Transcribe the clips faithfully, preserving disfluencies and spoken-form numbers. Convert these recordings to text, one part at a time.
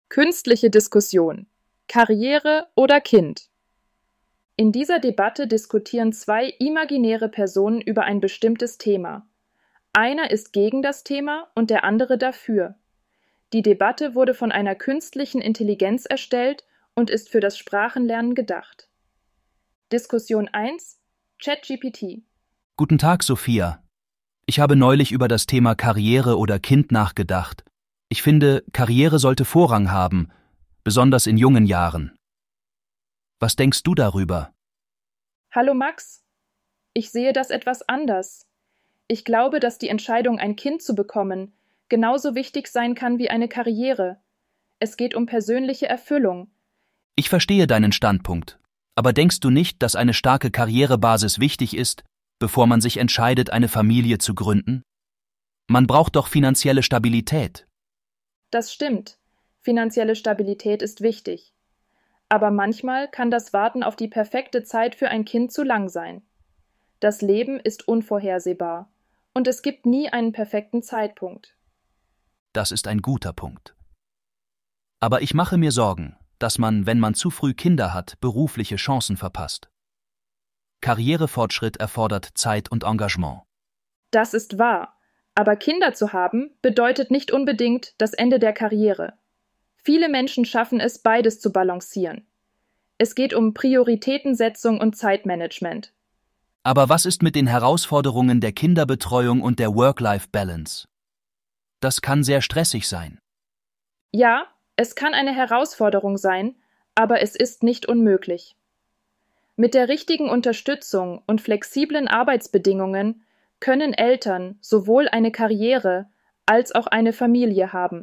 Künstliche Diskussion: Karriere oder Kind? In dieser Debatte diskutieren zwei imaginäre Personen über ein bestimmtes Thema. Einer ist gegen das Thema und der andere dafür. Die Debatte wurde von einer künstlichen Intelligenz erstellt und ist für das Sprachenlernen gedacht. Diskussion eins: ChatGPT. Guten Tag, Sophia. Ich habe neulich über das Thema Karriere oder Kind nachgedacht. Ich finde, Karriere sollte Vorrang haben, besonders in jungen Jahren. Was denkst du darüber? Hallo Max. Ich sehe das etwas anders. Ich glaube, dass die Entscheidung, ein Kind zu bekommen, genauso wichtig sein kann wie eine Karriere. Es geht um persönliche Erfüllung. Ich verstehe deinen Standpunkt. Aber denkst du nicht, dass eine starke Karrierebasis wichtig ist, bevor man sich entscheidet, eine Familie zu gründen? Man braucht doch finanzielle Stabilität. Das stimmt. Finanzielle Stabilität ist wichtig. Aber manchmal kann das Warten auf die perfekte Zeit für ein Kind zu lang sein. Das Leben ist unvorhersehbar und es gibt nie einen perfekten Zeitpunkt. Das ist ein guter Punkt. Aber ich mache mir Sorgen, dass man, wenn man zu früh Kinder hat, berufliche Chancen verpasst. Karrierefortschritt erfordert Zeit und Engagement. Das ist wahr. Aber Kinder zu haben, bedeutet nicht unbedingt das Ende der Karriere. Viele Menschen schaffen es, beides zu balancieren. Es geht um Prioritätensetzung und Zeitmanagement. Aber was ist mit den Herausforderungen der Kinderbetreuung und der Work-Life-Balance? Das kann sehr stressig sein. Ja, es kann eine Herausforderung sein, aber es ist nicht unmöglich. Mit der richtigen Unterstützung und flexiblen Arbeitsbedingungen können Eltern sowohl eine Karriere als auch eine Familie haben.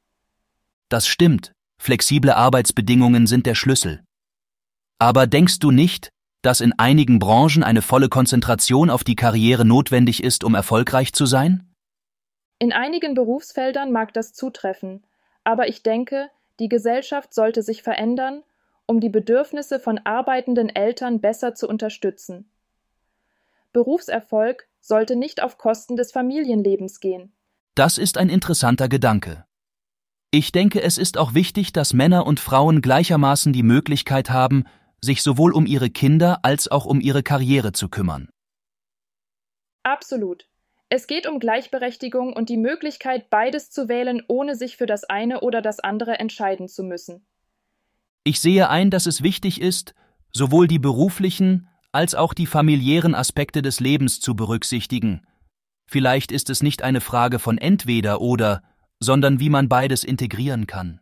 Das stimmt, flexible Arbeitsbedingungen sind der Schlüssel. Aber denkst du nicht, dass in einigen Branchen eine volle Konzentration auf die Karriere notwendig ist, um erfolgreich zu sein? In einigen Berufsfeldern mag das zutreffen, aber ich denke, die Gesellschaft sollte sich verändern, um die Bedürfnisse von arbeitenden Eltern besser zu unterstützen. Berufserfolg sollte nicht auf Kosten des Familienlebens gehen. Das ist ein interessanter Gedanke. Ich denke, es ist auch wichtig, dass Männer und Frauen gleichermaßen die Möglichkeit haben, sich sowohl um ihre Kinder als auch um ihre Karriere zu kümmern. Absolut. Es geht um Gleichberechtigung und die Möglichkeit, beides zu wählen, ohne sich für das eine oder das andere entscheiden zu müssen. Ich sehe ein, dass es wichtig ist, sowohl die beruflichen als auch die familiären Aspekte des Lebens zu berücksichtigen. Vielleicht ist es nicht eine Frage von entweder oder, sondern wie man beides integrieren kann.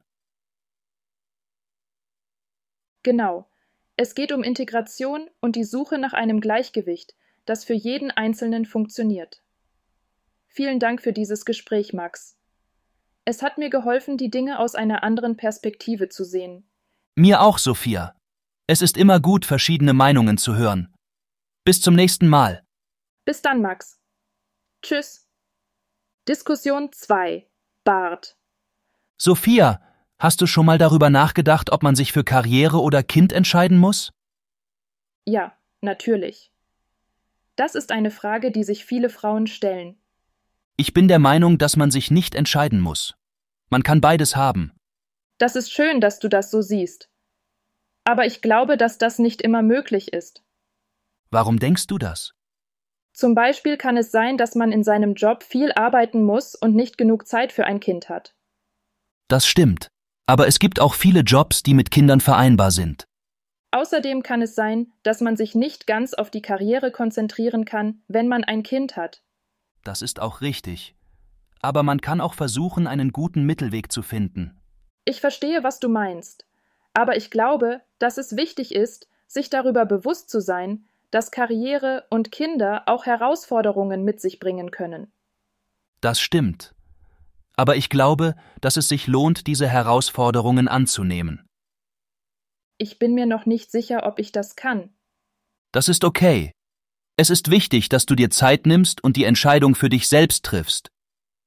Genau. Es geht um Integration und die Suche nach einem Gleichgewicht, das für jeden Einzelnen funktioniert. Vielen Dank für dieses Gespräch, Max. Es hat mir geholfen, die Dinge aus einer anderen Perspektive zu sehen. Mir auch, Sophia. Es ist immer gut, verschiedene Meinungen zu hören. Bis zum nächsten Mal. Bis dann, Max. Tschüss. Diskussion zwei. Bart. Sophia, hast du schon mal darüber nachgedacht, ob man sich für Karriere oder Kind entscheiden muss? Ja, natürlich. Das ist eine Frage, die sich viele Frauen stellen. Ich bin der Meinung, dass man sich nicht entscheiden muss. Man kann beides haben. Das ist schön, dass du das so siehst. Aber ich glaube, dass das nicht immer möglich ist. Warum denkst du das? Zum Beispiel kann es sein, dass man in seinem Job viel arbeiten muss und nicht genug Zeit für ein Kind hat. Das stimmt. Aber es gibt auch viele Jobs, die mit Kindern vereinbar sind. Außerdem kann es sein, dass man sich nicht ganz auf die Karriere konzentrieren kann, wenn man ein Kind hat. Das ist auch richtig. Aber man kann auch versuchen, einen guten Mittelweg zu finden. Ich verstehe, was du meinst. Aber ich glaube, dass es wichtig ist, sich darüber bewusst zu sein, dass Karriere und Kinder auch Herausforderungen mit sich bringen können. Das stimmt. Aber ich glaube, dass es sich lohnt, diese Herausforderungen anzunehmen. Ich bin mir noch nicht sicher, ob ich das kann. Das ist okay. Es ist wichtig, dass du dir Zeit nimmst und die Entscheidung für dich selbst triffst.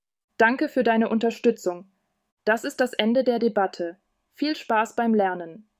Danke für deine Unterstützung. Das ist das Ende der Debatte. Viel Spaß beim Lernen.